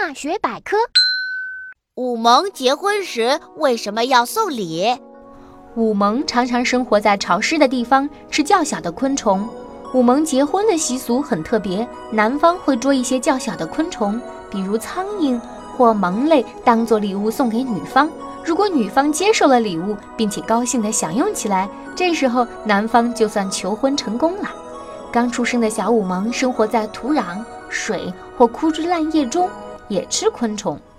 大学百科。 舞萌结婚时为什么要送礼？ 舞萌常常生活在潮湿的地方，吃较小的昆虫。舞萌结婚的习俗很特别，男方会捉一些较小的昆虫，比如苍蝇或虻类，当作礼物送给女方。如果女方接受了礼物，并且高兴地享用起来，这时候男方就算求婚成功了。刚出生的小舞萌生活在土壤、水或枯枝烂叶中，也吃昆虫。